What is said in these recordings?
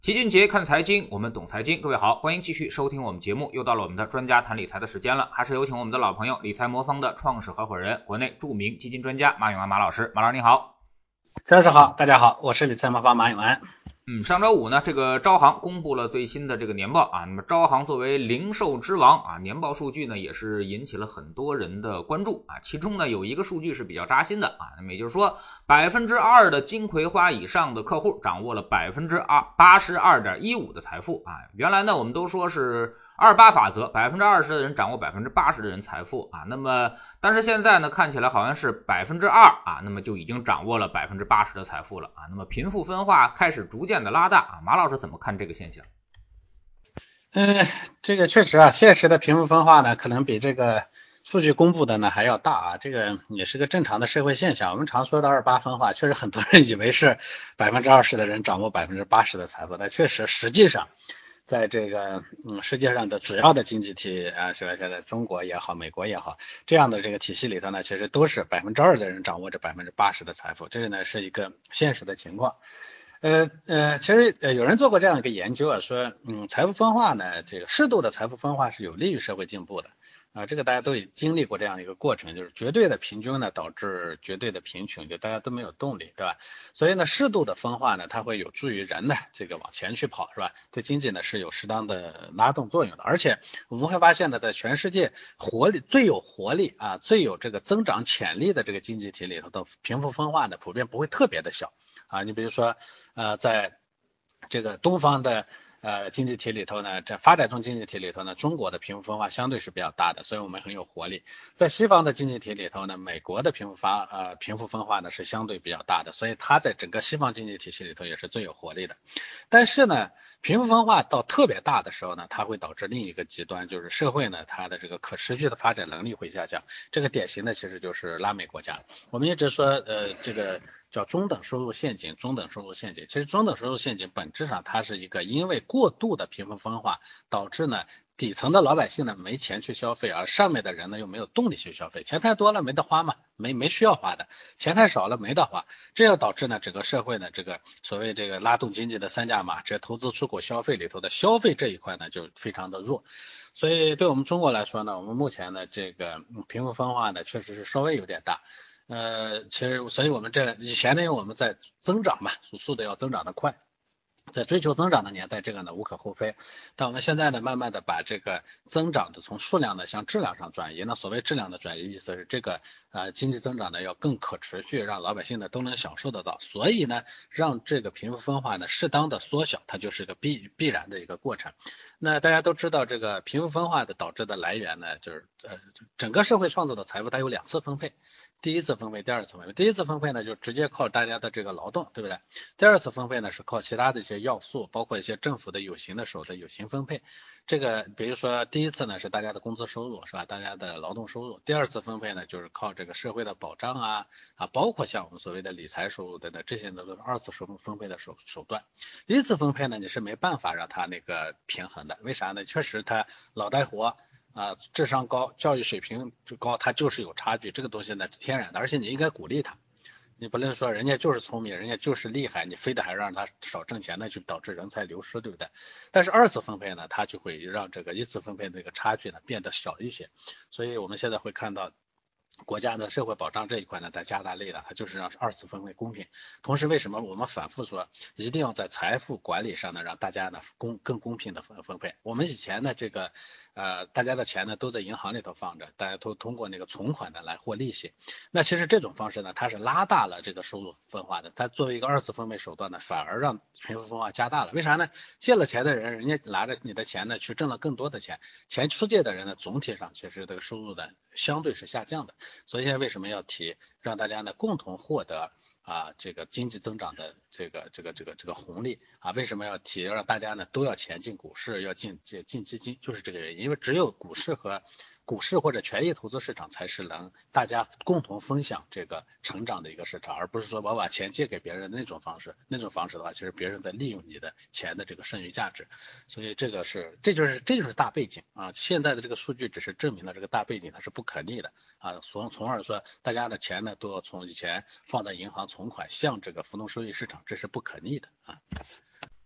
齐俊杰看财经，我们懂财经。各位好，欢迎继续收听我们节目，又到了我们的专家谈理财的时间了，还是有请我们的老朋友理财魔方的创始合伙人，国内著名基金专家马永安马老师。马老师你好。 陈老师好，大家好，我是理财魔方马永安。 上周五呢，这个招行公布了最新的这个年报啊。那么招行作为零售之王啊，年报数据呢也是引起了很多人的关注啊。其中呢有一个数据是比较扎心的啊，那么也就是说2%的金葵花以上的客户掌握了82.15%的财富啊。原来呢我们都说是28法则，20%的人掌握80%的人财富啊。那么但是现在呢看起来好像是2%啊，那么就已经掌握了80%的财富了啊。那么贫富分化开始逐渐的拉大啊。马老师怎么看这个现象？ 这个确实啊，现实的贫富分化呢，可能比这个数据公布的呢还要大啊。这个也是个正常的社会现象。我们常说的28分化，确实很多人以为是20%的人掌握80%的财富，但确实实际上在这个世界上的主要的经济体啊，是吧？现在中国也好，美国也好，这样的这个体系里头呢，其实都是2%的人掌握着80%的财富，这个呢是一个现实的情况。其实有人做过这样一个研究啊，说财富分化呢，这个适度的财富分化是有利于社会进步的啊，这个大家都已经历过这样一个过程，就是绝对的平均呢导致绝对的贫穷，就大家都没有动力，对吧？所以呢，适度的分化呢，它会有助于人呢这个往前去跑，是吧？对经济呢是有适当的拉动作用的，而且我们会发现呢，在全世界最有活力啊，最有这个增长潜力的这个经济体里头的贫富分化呢，普遍不会特别的小。啊，你比如说，在这个东方的经济体里头呢，在发展中经济体里头呢，中国的贫富分化相对是比较大的，所以我们很有活力。在西方的经济体里头呢，美国的贫富分化呢是相对比较大的，所以它在整个西方经济体系里头也是最有活力的。但是呢，贫富分化到特别大的时候呢，它会导致另一个极端，就是社会呢它的这个可持续的发展能力会下降。这个典型的其实就是拉美国家。我们一直说这个叫中等收入陷阱，中等收入陷阱。其实中等收入陷阱本质上它是一个因为过度的贫富分化导致呢底层的老百姓呢没钱去消费，而上面的人呢又没有动力去消费，钱太多了没得花嘛，没需要花的，钱太少了没得花，这要导致呢整个社会呢这个所谓这个拉动经济的三驾马车，投资出口消费里头的消费这一块呢就非常的弱。所以对我们中国来说呢，我们目前的这个贫富分化呢确实是稍微有点大。其实所以我们以前呢，因为我们在增长嘛，速度要增长的快，在追求增长的年代，这个呢无可厚非。但我们现在呢，慢慢的把这个增长的从数量呢向质量上转移。那所谓质量的转移，意思是这个经济增长呢要更可持续，让老百姓呢都能享受得到。所以呢，让这个贫富分化呢适当的缩小，它就是个必然的一个过程。那大家都知道，这个贫富分化的导致的来源呢，就是整个社会创造的财富它有两次分配。第一次分配，第二次分配。第一次分配呢，就直接靠大家的这个劳动，对不对？第二次分配呢，是靠其他的一些要素，包括一些政府的有形的手段，有形分配。这个比如说第一次呢是大家的工资收入，是吧？大家的劳动收入。第二次分配呢，就是靠这个社会的保障包括像我们所谓的理财收入等等，这些呢都是二次分配的手段。第一次分配呢，你是没办法让它那个平衡的，为啥呢？确实他老带活。智商高，教育水平高，它就是有差距，这个东西呢是天然的，而且你应该鼓励他，你不能说人家就是聪明，人家就是厉害，你非得还让他少挣钱，那就导致人才流失，对不对？但是二次分配呢，它就会让这个一次分配的这个差距呢变得小一些，所以我们现在会看到。国家的社会保障这一块呢，在加大力量，它就是让二次分配公平。同时，为什么我们反复说，一定要在财富管理上呢，让大家呢更公平的分配？我们以前呢，这个大家的钱呢都在银行里头放着，大家都通过那个存款呢来获利息。那其实这种方式呢，它是拉大了这个收入分化的，它作为一个二次分配手段呢，反而让贫富分化加大了。为啥呢？借了钱的人，人家拿着你的钱呢去挣了更多的钱，钱出借的人呢，总体上其实这个收入呢相对是下降的。所以现在为什么要提让大家呢共同获得这个经济增长的这个红利为什么要提让大家呢都要钱进股市，要进基金，就是这个原因。因为只有股市或者权益投资市场才是能大家共同分享这个成长的一个市场，而不是说我把钱借给别人的那种方式。那种方式的话，其实别人在利用你的钱的这个剩余价值。所以这就是大背景现在的这个数据只是证明了这个大背景它是不可逆的从而说大家的钱呢都要从以前放在银行存款向这个浮动收益市场，这是不可逆的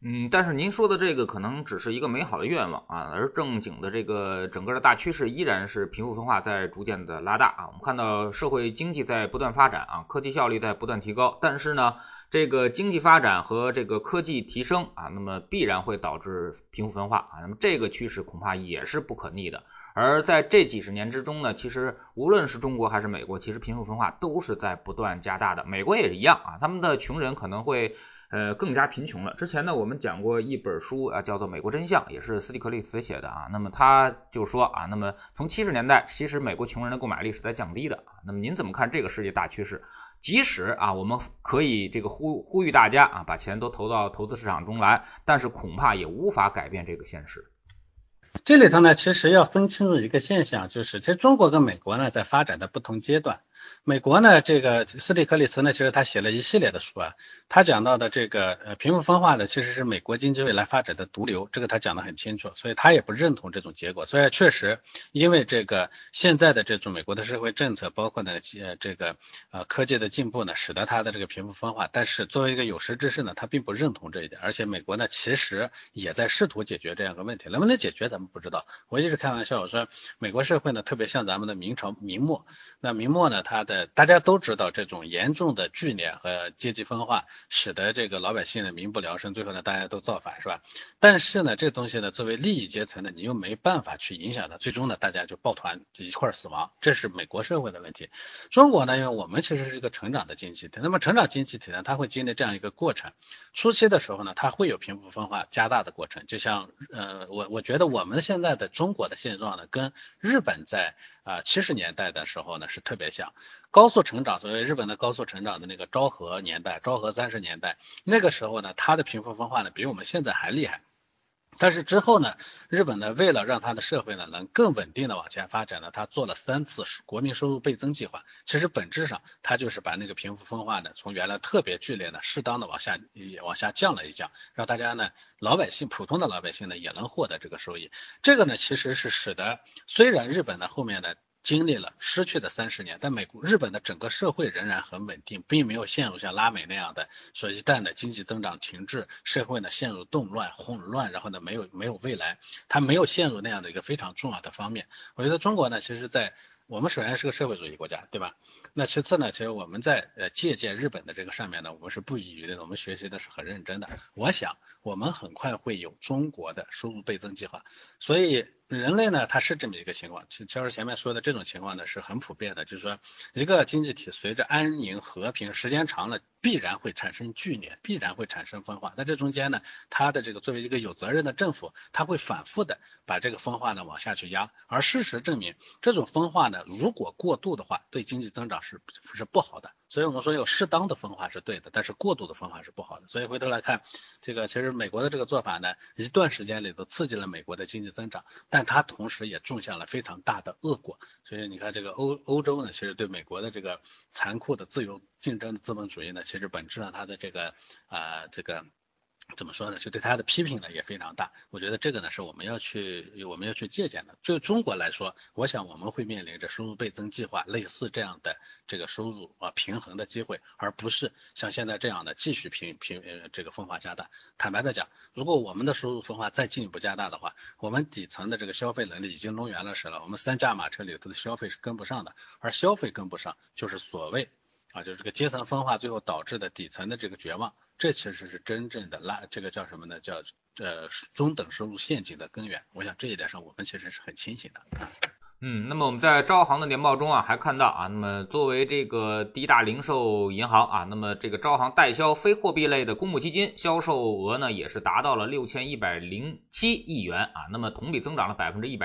但是您说的这个可能只是一个美好的愿望啊，而正经的这个整个的大趋势依然是贫富分化在逐渐的拉大啊。我们看到社会经济在不断发展啊，科技效率在不断提高，但是呢，这个经济发展和这个科技提升啊，那么必然会导致贫富分化啊，那么这个趋势恐怕也是不可逆的。而在这几十年之中呢，其实无论是中国还是美国，其实贫富分化都是在不断加大的。美国也是一样啊，他们的穷人可能会更加贫穷了。之前呢，我们讲过一本书啊，叫做《美国真相》，也是斯蒂克利茨写的啊。那么他就说啊，那么从70年代，其实美国穷人的购买力是在降低的。那么您怎么看这个世界大趋势？即使啊，我们可以这个呼吁大家啊，把钱都投到投资市场中来，但是恐怕也无法改变这个现实。 这里头呢，其实要分清楚一个现象，就是这中国跟美国呢在发展的不同阶段。美国呢，这个斯蒂克利茨呢，其实他写了一系列的书啊，他讲到的这个贫富分化呢，其实是美国经济未来发展的毒瘤，这个他讲得很清楚，所以他也不认同这种结果。所以确实，因为这个现在的这种美国的社会政策，包括呢这个科技的进步呢，使得他的这个贫富分化，但是作为一个有识之士呢，他并不认同这一点，而且美国呢其实也在试图解决这样一个问题，能不能解决咱们不知道。我一直开玩笑，我说美国社会呢特别像咱们的明朝明末，那明末呢大家都知道这种严重的剧烈和阶级分化，使得这个老百姓呢民不聊生，最后呢大家都造反，是吧？但是呢这东西呢作为利益阶层呢，你又没办法去影响它，最终呢大家就抱团就一块死亡，这是美国社会的问题。中国呢，因为我们其实是一个成长的经济体，那么成长经济体呢，它会经历这样一个过程，初期的时候呢，它会有贫富分化加大的过程，就像我觉得我们现在的中国的现状呢，跟日本在70年代的时候呢是特别像。高速成长，所谓日本的高速成长的那个昭和年代，昭和30年代，那个时候呢，它的贫富分化呢比我们现在还厉害。但是之后呢，日本呢为了让它的社会呢能更稳定的往前发展呢，它做了3次国民收入倍增计划。其实本质上它就是把那个贫富分化呢从原来特别剧烈呢适当的往下降了一降，让大家呢普通的老百姓呢也能获得这个收益。这个呢其实是使得虽然日本呢后面呢经历了失去的30年，但日本的整个社会仍然很稳定，并没有陷入像拉美那样的说一旦的经济增长停滞，社会呢陷入动乱混乱，然后呢没有未来，它没有陷入那样的一个非常重要的方面。我觉得中国呢，其实在我们首先是个社会主义国家，对吧？那其次呢，其实我们在借鉴日本的这个上面呢，我们是不遗余力的，我们学习的是很认真的。我想我们很快会有中国的收入倍增计划，所以人类呢，它是这么一个情况。其实前面说的这种情况呢是很普遍的，就是说一个经济体随着安宁和平时间长了，必然会产生剧烈，必然会产生分化。在这中间呢，它的这个作为一个有责任的政府，它会反复的把这个分化呢往下去压。而事实证明，这种分化呢，如果过度的话，对经济增长是不好的。所以我们说有适当的分化是对的，但是过度的分化是不好的。所以回头来看，这个其实美国的这个做法呢，一段时间里头刺激了美国的经济增长，但它同时也种下了非常大的恶果。所以你看这个欧洲呢，其实对美国的这个残酷的自由竞争的资本主义呢，其实本质上它的这个怎么说呢？就对他的批评呢也非常大。我觉得这个呢是我们要去借鉴的。对中国来说，我想我们会面临着收入倍增计划类似这样的这个收入平衡的机会，而不是像现在这样的继续这个分化加大。坦白的讲，如果我们的收入分化再进一步加大的话，我们底层的这个消费能力已经弄圆了实了，我们3驾马车里头的消费是跟不上的，而消费跟不上就是所谓就是这个阶层分化最后导致的底层的这个绝望，这其实是真正的这个叫什么呢？叫中等收入陷阱的根源。我想这一点上我们其实是很清醒的。 那么我们在招行的年报中还看到那么作为这个第一大零售银行那么这个招行代销非货币类的公募基金销售额呢也是达到了6107亿元那么同比增长了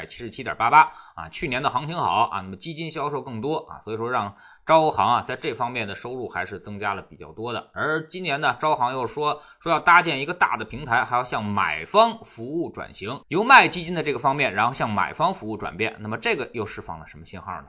177.88%去年的行情好那么基金销售更多所以说让招行在这方面的收入还是增加了比较多的。而今年呢，招行又说要搭建一个大的平台，还要向买方服务转型，由卖基金的这个方面，然后向买方服务转变。那么这个又释放了什么信号呢？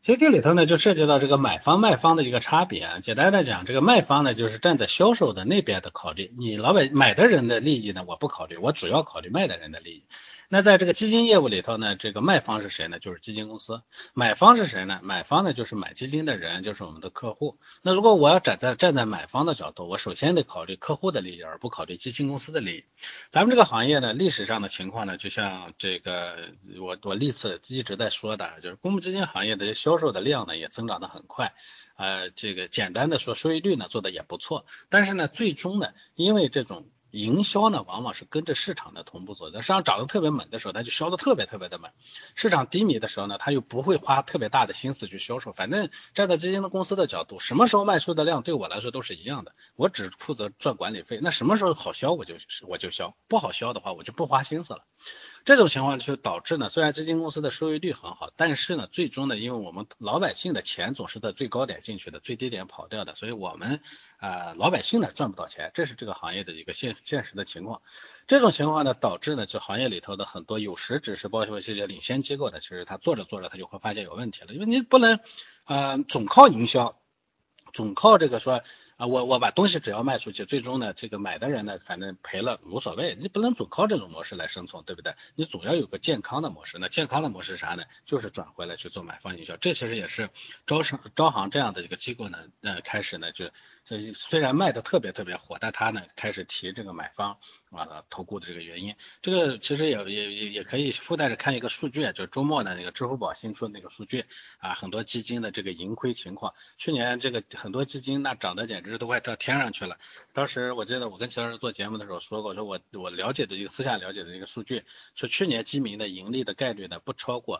其实这里头呢，就涉及到这个买方卖方的一个差别啊。简单的讲，这个卖方呢，就是站在销售的那边的考虑，你老板买的人的利益呢，我不考虑，我主要考虑卖的人的利益。那在这个基金业务里头呢，这个卖方是谁呢？就是基金公司。买方是谁呢？买方呢就是买基金的人，就是我们的客户。那如果我要站在买方的角度，我首先得考虑客户的利益，而不考虑基金公司的利益。咱们这个行业呢，历史上的情况呢，就像这个我历次一直在说的，就是公募基金行业的销售的量呢也增长的很快，这个简单的说收益率呢做的也不错，但是呢最终呢，因为这种营销呢，往往是跟着市场的同步走的。市场涨得特别猛的时候，它就销得特别特别的猛；市场低迷的时候呢，它又不会花特别大的心思去销售。反正站在基金的公司的角度，什么时候卖出的量对我来说都是一样的，我只负责赚管理费。那什么时候好销我就销，不好销的话我就不花心思了。这种情况就导致呢，虽然基金公司的收益率很好，但是呢，最终呢，因为我们老百姓的钱总是在最高点进去的，最低点跑掉的，所以我们老百姓呢赚不到钱，这是这个行业的一个现实的情况。这种情况呢，导致呢，就行业里头的很多有识之士，包括这些领先机构的，其实他做着做着他就会发现有问题了，因为你不能总靠营销。总靠这个说我把东西只要卖出去，最终呢这个买的人呢反正赔了无所谓，你不能总靠这种模式来生存，对不对？你总要有个健康的模式。那健康的模式是啥呢？就是转回来去做买方营销。这其实也是招行这样的一个机构呢，开始呢就虽然卖的特别特别火，但他呢开始提这个买方投顾的这个原因。这个其实也可以附带着看一个数据，就是周末的那个支付宝新出的那个数据很多基金的这个盈亏情况。去年这个很多基金那涨得简直都快到天上去了。当时我记得我跟其他人做节目的时候说过，说我了解的一个私下了解的一个数据，说去年基民的盈利的概率呢不超过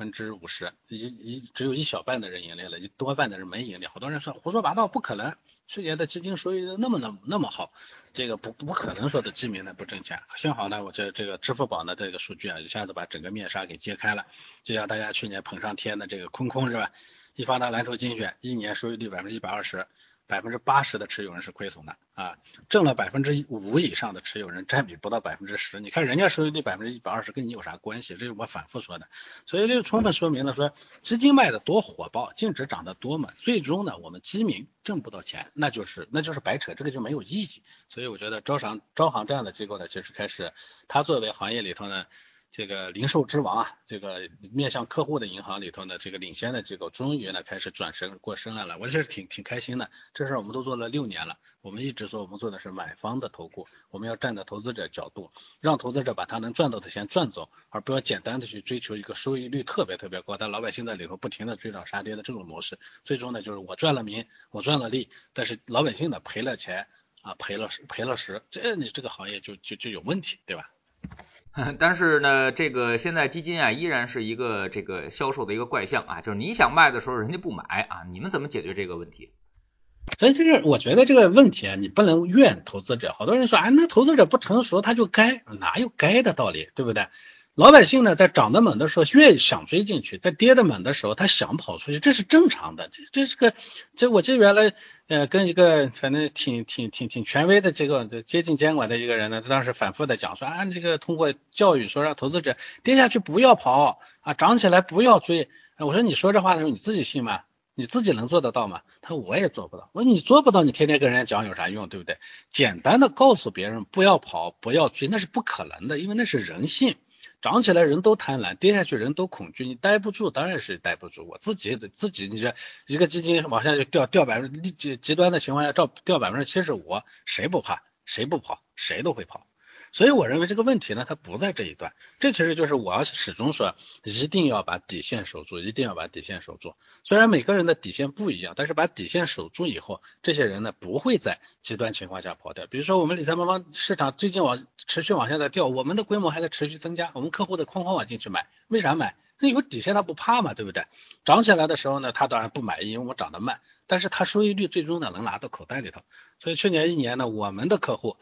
50%，只有一小半的人盈利了，一多半的人没盈利。好多人说胡说八道，不可能。去年的基金收益率那么好，这个不可能说的基民呢不挣钱。幸好呢，我觉得这个支付宝的这个数据一下子把整个面纱给揭开了，就像大家去年捧上天的这个空是吧？易方达蓝筹精选一年收益率120%，80%的持有人是亏损的挣了5%以上的持有人占比不到10%。你看人家收益率120%跟你有啥关系？这是我反复说的。所以这就充分说明了说基金卖的多火爆，净值涨得多嘛，最终呢我们基民挣不到钱，那就是白扯，这个就没有意义。所以我觉得招行这样的机构呢，其实开始它作为行业里头呢这个零售之王这个面向客户的银行里头呢，这个领先的机构终于呢开始转身过深岸了，我这是挺开心的。这事我们都做了6年了，我们一直说我们做的是买方的投顾，我们要站在投资者角度，让投资者把他能赚到的钱赚走，而不要简单的去追求一个收益率特别特别高，但老百姓在里头不停的追涨杀跌的这种模式，最终呢就是我赚了名，我赚了利，但是老百姓呢赔了钱赔了实，你这个行业就有问题，对吧？ 但是呢，这个现在基金依然是一个这个销售的一个怪象就是你想卖的时候人家不买你们怎么解决这个问题？ 所以我觉得这个问题你不能怨投资者。好多人说那投资者不成熟他就该，哪有该的道理，对不对？老百姓呢在涨得猛的时候越想追进去，在跌得猛的时候他想跑出去，这是正常的。我记得原来跟一个反正挺权威的这个接近监管的一个人呢，他当时反复的讲说这个通过教育说让投资者跌下去不要跑涨起来不要追。我说你说这话的时候你自己信吗？你自己能做得到吗？他说我也做不到。我说你做不到，你天天跟人家讲有啥用，对不对？简单的告诉别人不要跑不要追，那是不可能的，因为那是人性。涨起来人都贪婪，跌下去人都恐惧，你待不住当然是待不住。我自己你这一个基金往下就掉极端的情况下掉75%，谁不怕？谁不跑？谁都会跑。所以我认为这个问题呢，它不在这一段。这其实就是我要始终说，一定要把底线守住，一定要把底线守住。虽然每个人的底线不一样，但是把底线守住以后，这些人呢不会在极端情况下跑掉。比如说我们理财魔方市场最近持续往下在掉，我们的规模还在持续增加，我们客户的哐往进去买，为啥买？那有底线他不怕嘛，对不对？涨起来的时候呢，他当然不买，因为我涨得慢，但是他收益率最终呢能拿到口袋里头。所以去年1年呢，我们的客户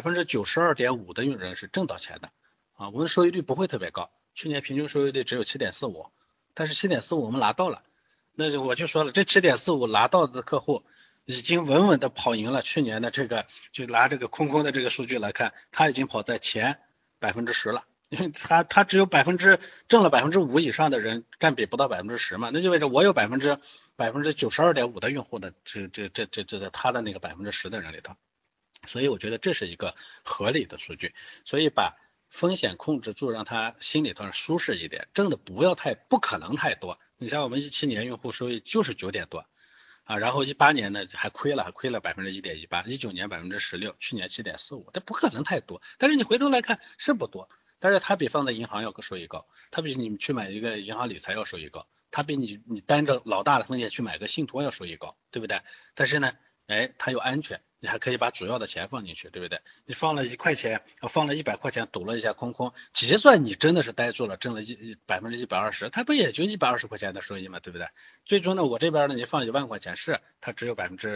92.5%的人是挣到钱的我们的收益率不会特别高，去年平均收益率只有7.45%，但是7.45我们拿到了。那我就说了，这7.45拿到的客户已经稳稳的跑赢了去年的这个，就拿这个空的这个数据来看，他已经跑在前10%了因为他只有挣了5%以上的人占比不到10%嘛，那就意味着我有92.5%的用户的这他的那个10%的人里头，所以我觉得这是一个合理的数据，所以把风险控制住，让他心里头舒适一点，挣的不可能太多。你像我们17年用户收益就是9点多啊，然后18年呢还亏了1.18%，19年16%，去年7.45%，这不可能太多。但是你回头来看是不多，但是它比放在银行要收益高，它比你去买一个银行理财要收益高，它比你担着老大的风险去买个信托要收益高，对不对？但是呢，它又安全，你还可以把主要的钱放进去，对不对？你放了1块钱，放了100块钱，赌了一下空，就算你真的是呆住了，挣了120%，它不也就120块钱的收益嘛，对不对？最终呢，我这边呢，你放1万块钱，是它只有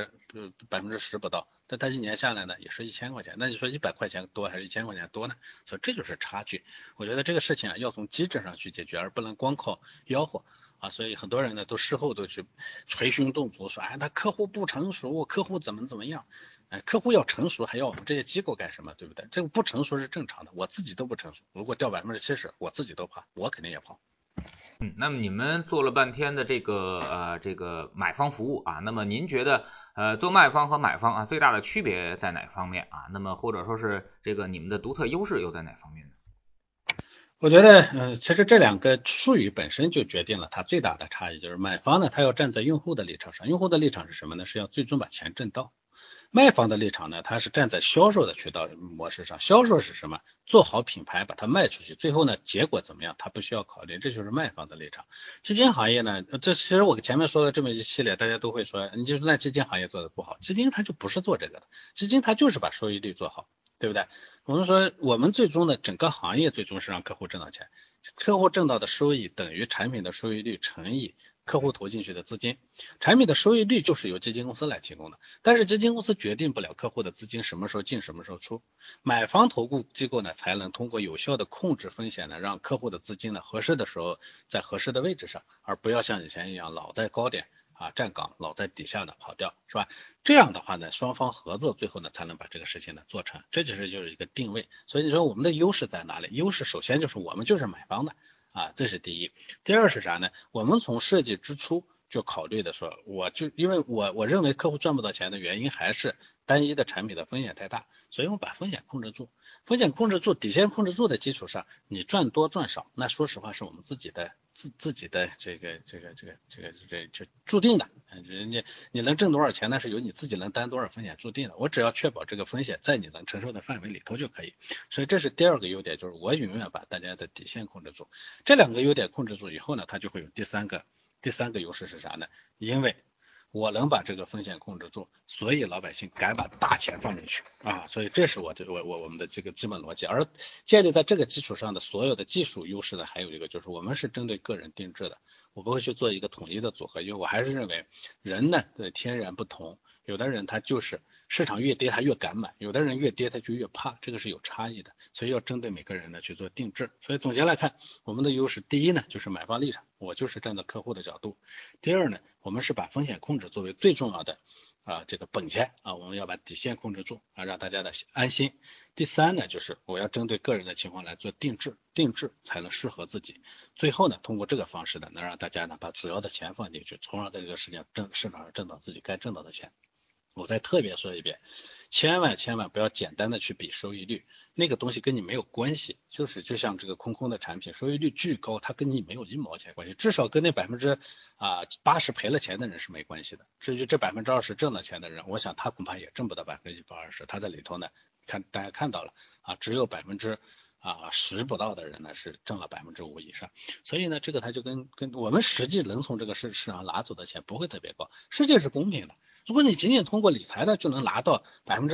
10%不到，但它一年下来呢，也是1000块钱，那你说100块钱多还是1000块钱多呢？所以这就是差距。我觉得这个事情啊，要从机制上去解决，而不能光靠吆喝。所以很多人呢都事后都去捶胸顿足说，那客户不成熟，客户怎么样，客户要成熟还要我们这些机构干什么，对不对？这个不成熟是正常的，我自己都不成熟，如果掉70%，我自己都怕，我肯定也跑。 那么你们做了半天的这个买方服务啊，那么您觉得做卖方和买方啊最大的区别在哪方面啊？那么或者说是这个你们的独特优势又在哪方面呢？ 我觉得，其实这两个术语本身就决定了它最大的差异，就是买方呢，它要站在用户的立场上，用户的立场是什么呢？是要最终把钱挣到。卖方的立场呢，它是站在销售的渠道模式上，销售是什么？做好品牌，把它卖出去，最后呢，结果怎么样，它不需要考虑，这就是卖方的立场。基金行业呢，这其实我前面说的这么一系列，大家都会说，你就是那基金行业做的不好，基金它就不是做这个的，基金它就是把收益率做好。对不对？我们说我们最终的整个行业最终是让客户挣到钱，客户挣到的收益等于产品的收益率乘以客户投进去的资金，产品的收益率就是由基金公司来提供的，但是基金公司决定不了客户的资金什么时候进什么时候出，买方投顾机构呢才能通过有效的控制风险呢，让客户的资金呢合适的时候在合适的位置上，而不要像以前一样老在高点站岗，老在底下的跑掉，是吧？这样的话呢，双方合作，最后呢才能把这个事情呢做成，这就是一个定位。所以你说我们的优势在哪里？优势首先就是我们就是买方的这是第一。第二是啥呢？我们从设计之初就考虑的说，因为我认为客户赚不到钱的原因还是单一的产品的风险太大，所以我们把风险控制住，底线控制住的基础上，你赚多赚少，那说实话是我们自己的这个就注定的，你能挣多少钱，那是由你自己能担多少风险注定的。我只要确保这个风险在你能承受的范围里头就可以。所以这是第二个优点，就是我永远把大家的底线控制住。这两个优点控制住以后呢，它就会有第三个优势是啥呢？因为我能把这个风险控制住，所以老百姓敢把大钱放进去所以这是我们的这个基本逻辑。而建立在这个基础上的所有的技术优势呢，还有一个就是我们是针对个人定制的，我不会去做一个统一的组合，因为我还是认为人呢的天然不同，有的人他就是市场越跌他越敢买，有的人越跌他就越怕，这个是有差异的，所以要针对每个人呢去做定制。所以总结来看，我们的优势第一呢就是买方立场，我就是站在客户的角度。第二呢，我们是把风险控制作为最重要的这个本钱我们要把底线控制住让大家的安心。第三呢，就是我要针对个人的情况来做定制才能适合自己。最后呢，通过这个方式呢，能让大家呢把主要的钱放进去，从而在这个市场上挣到自己该挣到的钱。我再特别说一遍，千万不要简单的去比收益率，那个东西跟你没有关系，就像这个空的产品，收益率巨高，它跟你没有1毛钱关系，至少跟那80%赔了钱的人是没关系的。至于这20%挣了钱的人，我想他恐怕也挣不到120%，他在里头呢，大家看到了只有10%不到的人呢是挣了5%以上，所以呢，这个它就跟我们实际能从这个市场拿走的钱不会特别高，世界是公平的。如果你仅仅通过理财的就能拿到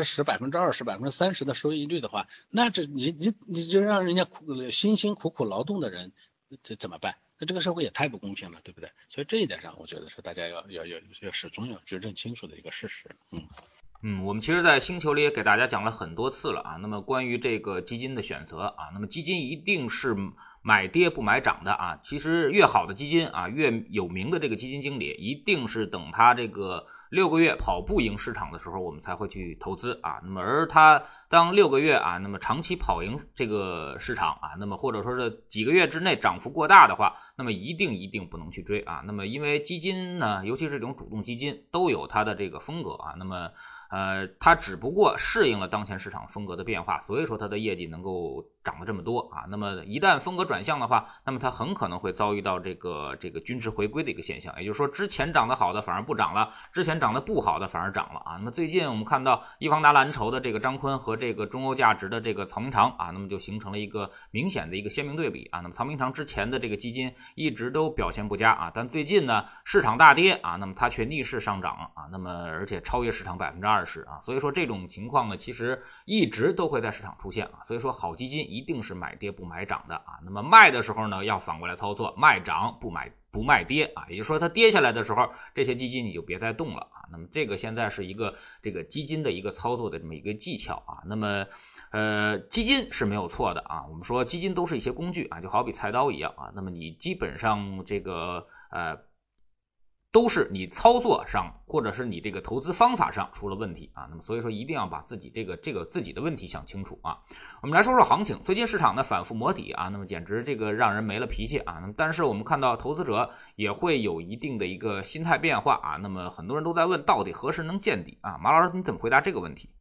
10%、20%、30%的收益率的话，那这你就让人家辛辛苦苦劳动的人这怎么办？那这个社会也太不公平了，对不对？所以这一点上，我觉得是大家要始终要去认清楚的一个事实。 我们其实在星球里也给大家讲了很多次了那么关于这个基金的选择那么基金一定是买跌不买涨的其实越好的基金越有名的这个基金经理一定是等他这个6个月跑不赢市场的时候我们才会去投资那么而他当6个月啊，那么长期跑赢这个市场啊，那么或者说是几个月之内涨幅过大的话，那么一定不能去追啊。那么因为基金呢，尤其是这种主动基金都有它的这个风格啊，那么它只不过适应了当前市场风格的变化，所以说它的业绩能够涨得这么多啊。那么一旦风格转向的话，那么它很可能会遭遇到这个均值回归的一个现象，也就是说之前涨得好的反而不涨了，之前涨得不好的反而涨了啊。那么最近我们看到易方达蓝筹的这个张坤和这个中欧价值的这个曹明堂啊，那么就形成了一个明显的一个鲜明对比啊。那么曹明堂之前的这个基金一直都表现不佳啊，但最近呢市场大跌啊，那么它却逆势上涨啊，那么而且超越市场20%啊，所以说这种情况呢其实一直都会在市场出现啊。所以说好基金一定是买跌不买涨的啊，那么卖的时候呢要反过来操作，卖涨不卖跌啊，也就是说它跌下来的时候，这些基金你就别再动了啊。那么这个现在是一个这个基金的一个操作的这么一个技巧啊。那么基金是没有错的啊，我们说基金都是一些工具啊，就好比菜刀一样啊。那么你基本上这个都是你操作上或者是你这个投资方法上出了问题啊，那么所以说一定要把自己这个自己的问题想清楚啊。我们来说说行情，最近市场呢反复磨底啊，那么简直这个让人没了脾气啊。那么但是我们看到投资者也会有一定的一个心态变化啊，那么很多人都在问到底何时能见底啊？马老师你怎么回答这个问题？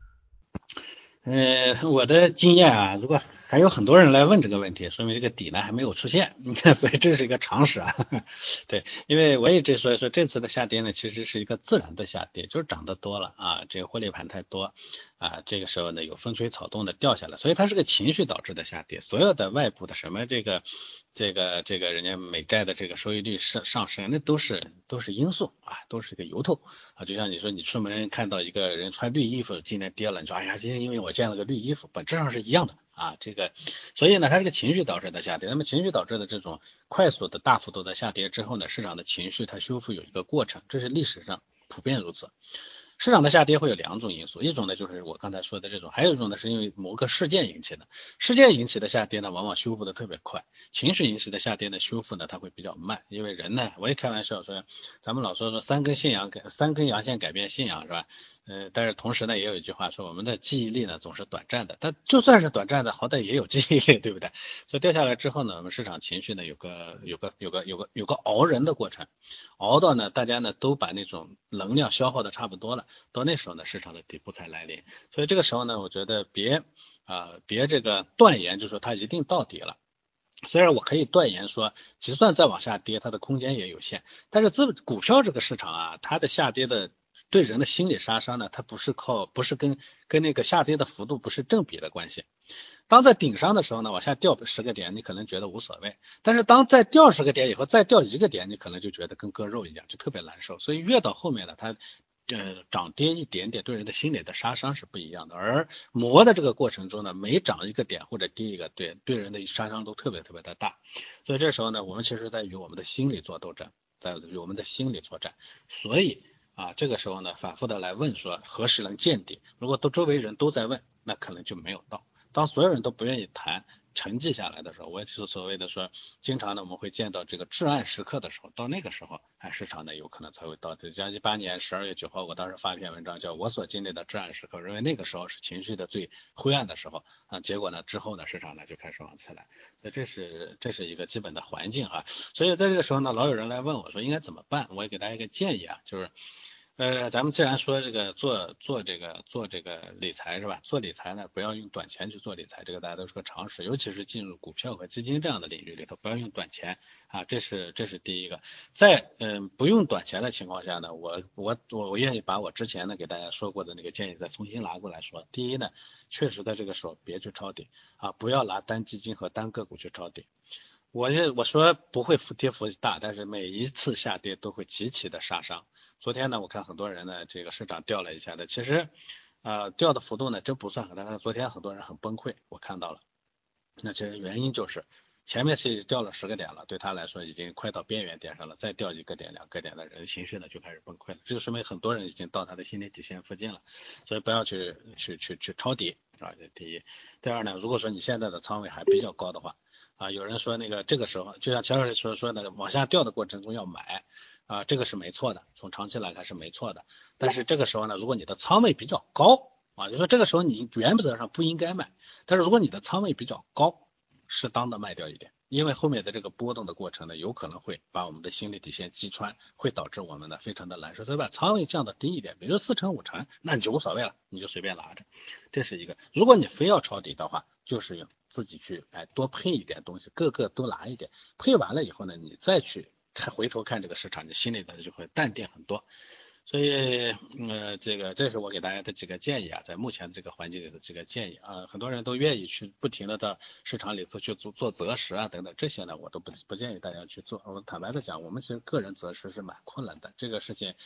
我的经验啊，如果还有很多人来问这个问题，说明这个底呢还没有出现，你看，所以这是一个常识啊。对，因为我也所以说这次的下跌呢，其实是一个自然的下跌，就是涨得多了啊，这个获利盘太多啊，这个时候呢有风吹草动的掉下来，所以它是个情绪导致的下跌。所有的外部的什么这个人家美债的这个收益率上升，那都是因素啊，都是个由头啊。就像你说你出门看到一个人穿绿衣服，今天跌了，你说哎呀，今天因为我见了个绿衣服，本质上是一样的啊。这个所以呢，它是个情绪导致的下跌。那么情绪导致的这种快速的大幅度的下跌之后呢，市场的情绪它修复有一个过程，这是历史上普遍如此。市场的下跌会有两种因素，一种呢就是我刚才说的这种，还有一种呢是因为某个事件引起的。事件引起的下跌呢，往往修复的特别快；情绪引起的下跌呢，修复呢它会比较慢。因为人呢，我也开玩笑说，咱们老说三根阳线改变信仰是吧？但是同时呢，也有一句话说，我们的记忆力呢总是短暂的，但就算是短暂的，好歹也有记忆力，对不对？所以掉下来之后呢，我们市场情绪呢有个熬人的过程，熬到呢大家呢都把那种能量消耗的差不多了，到那时候呢市场的底部才来临。所以这个时候呢，我觉得别这个断言就说它一定到底了。虽然我可以断言说，就算再往下跌，它的空间也有限，但是股票这个市场啊，它的下跌的对人的心理杀伤呢，它不是跟那个下跌的幅度不是正比的关系。当在顶上的时候呢，往下掉10个点，你可能觉得无所谓，但是当再掉10个点以后，再掉1个点，你可能就觉得跟割肉一样，就特别难受。所以越到后面呢，它涨跌一点点对人的心理的杀伤是不一样的，而磨的这个过程中呢，每涨一个点或者跌一个点，对人的杀伤都特别的大。所以这时候呢，我们其实在与我们的心理做斗争，在与我们的心理作战。所以这个时候呢，反复的来问说何时能见底，如果周围人都在问，那可能就没有到。当所有人都不愿意谈沉寂下来的时候，我也就是所谓的说，经常呢我们会见到这个至暗时刻的时候，到那个时候，市场呢有可能才会到。像18年12月9号，我当时发一篇文章叫我所经历的至暗时刻，认为那个时候是情绪的最灰暗的时候啊。结果呢之后呢，市场呢就开始往起来，所以这是一个基本的环境啊。所以在这个时候呢，老有人来问我说应该怎么办，我也给大家一个建议啊，就是咱们既然说这个做这个理财是吧？做理财呢，不要用短钱去做理财，这个大家都是个常识。尤其是进入股票和基金这样的领域里头，不要用短钱啊，这是第一个。在不用短钱的情况下呢，我愿意把我之前呢给大家说过的那个建议再重新拿过来说。第一呢，确实在这个时候别去抄底啊，不要拿单基金和单个股去抄底。我说不会跌幅大，但是每一次下跌都会极其的杀伤。昨天呢，我看很多人呢，这个市场掉了一下的，其实掉的幅度呢真不算很大，但是昨天很多人很崩溃，我看到了。那其实原因就是前面是掉了10个点了，对他来说已经快到边缘点上了，再掉1个点2个点的人情绪呢就开始崩溃了，这就说明很多人已经到他的心理底线附近了，所以不要去抄底啊，这第一。第二呢，如果说你现在的仓位还比较高的话有人说那个这个时候就像钱老师说的，往下掉的过程中要买这个是没错的，从长期来看是没错的。但是这个时候呢，如果你的仓位比较高啊，就说这个时候你原则上不应该卖，但是如果你的仓位比较高，适当的卖掉一点，因为后面的这个波动的过程呢，有可能会把我们的心理底线击穿，会导致我们呢非常的难受，所以把仓位降到低一点，比如4成5成，那你就无所谓了，你就随便拿着，这是一个。如果你非要抄底的话，就是用自己去多配一点东西，各个都拿一点，配完了以后呢，你再去看回头看这个市场，你心里的就会淡定很多。所以，这是我给大家的几个建议啊，在目前这个环境里的几个建议啊，很多人都愿意去不停的到市场里头去做择时啊等等，这些呢我都不建议大家去做。我坦白的讲，我们其实个人择时是蛮困难的，这个事情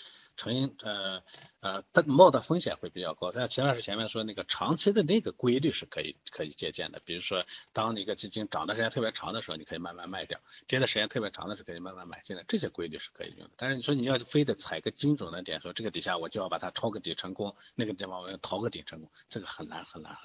冒的风险会比较高。像齐老师前面说那个长期的那个规律是可以借鉴的，比如说当一个基金涨的时间特别长的时候，你可以慢慢卖掉，跌的时间特别长的时候可以慢慢买进来，这些规律是可以用的。但是你说你要非得踩个精准的点，说这个底下我就要把它抄个底成功，那个地方我要逃个底成功，这个很难。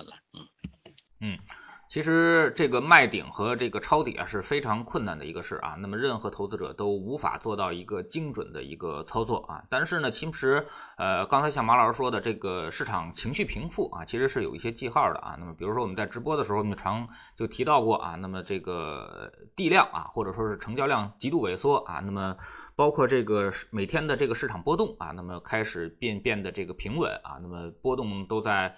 其实这个卖顶和这个抄底啊是非常困难的一个事啊，那么任何投资者都无法做到一个精准的一个操作啊。但是呢，其实刚才像马老师说的，这个市场情绪平复啊，其实是有一些记号的啊。那么比如说我们在直播的时候，我们常就提到过啊，那么这个地量啊，或者说是成交量极度萎缩啊，那么包括这个每天的这个市场波动啊，那么开始变得这个平稳啊，那么波动都在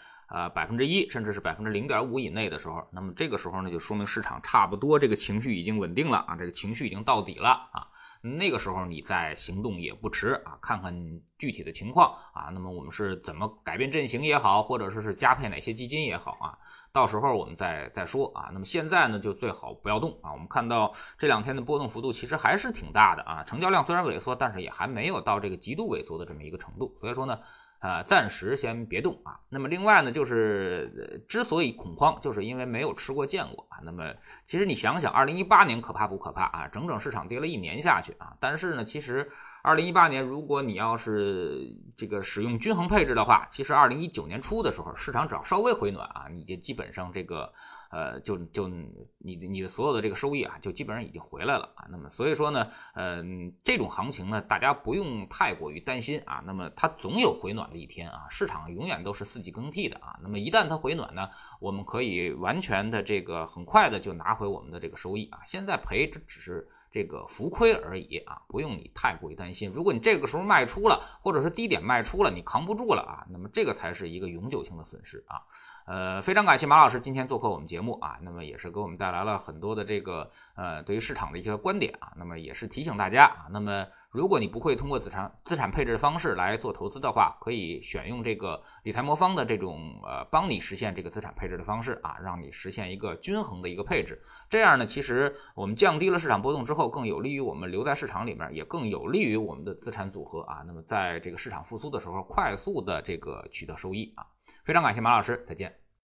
1%甚至是0.5%以内的时候，那么这个时候呢，就说明市场差不多这个情绪已经稳定了啊，这个情绪已经到底了啊，那个时候你再行动也不迟啊，看看具体的情况啊，那么我们是怎么改变阵型也好，或者说是加配哪些基金也好啊，到时候我们再说啊。那么现在呢，就最好不要动啊。我们看到这2天的波动幅度其实还是挺大的啊，成交量虽然萎缩，但是也还没有到这个极度萎缩的这么一个程度，所以说呢暂时先别动啊。那么另外呢，就是之所以恐慌，就是因为没有吃过见过啊。那么其实你想想2018年可怕不可怕啊，整整市场跌了1年下去啊。但是呢，其实2018年如果你要是这个使用均衡配置的话，其实2019年初的时候，市场只要稍微回暖啊，你就基本上这个就你的所有的这个收益啊，就基本上已经回来了啊。那么所以说呢，这种行情呢，大家不用太过于担心啊。那么它总有回暖的一天啊，市场永远都是4季更替的啊。那么一旦它回暖呢，我们可以完全的这个很快的就拿回我们的这个收益啊。现在赔只是这个浮亏而已啊，不用你太过于担心。如果你这个时候卖出了，或者是低点卖出了，你扛不住了啊，那么这个才是一个永久性的损失啊。非常感谢马老师今天做客我们节目啊，那么也是给我们带来了很多的这个对于市场的一些观点啊，那么也是提醒大家啊，那么如果你不会通过资产配置的方式来做投资的话，可以选用这个理财魔方的这种帮你实现这个资产配置的方式啊，让你实现一个均衡的一个配置。这样呢，其实我们降低了市场波动之后，更有利于我们留在市场里面，也更有利于我们的资产组合啊。那么在这个市场复苏的时候，快速的这个取得收益啊。非常感谢马老师，再见。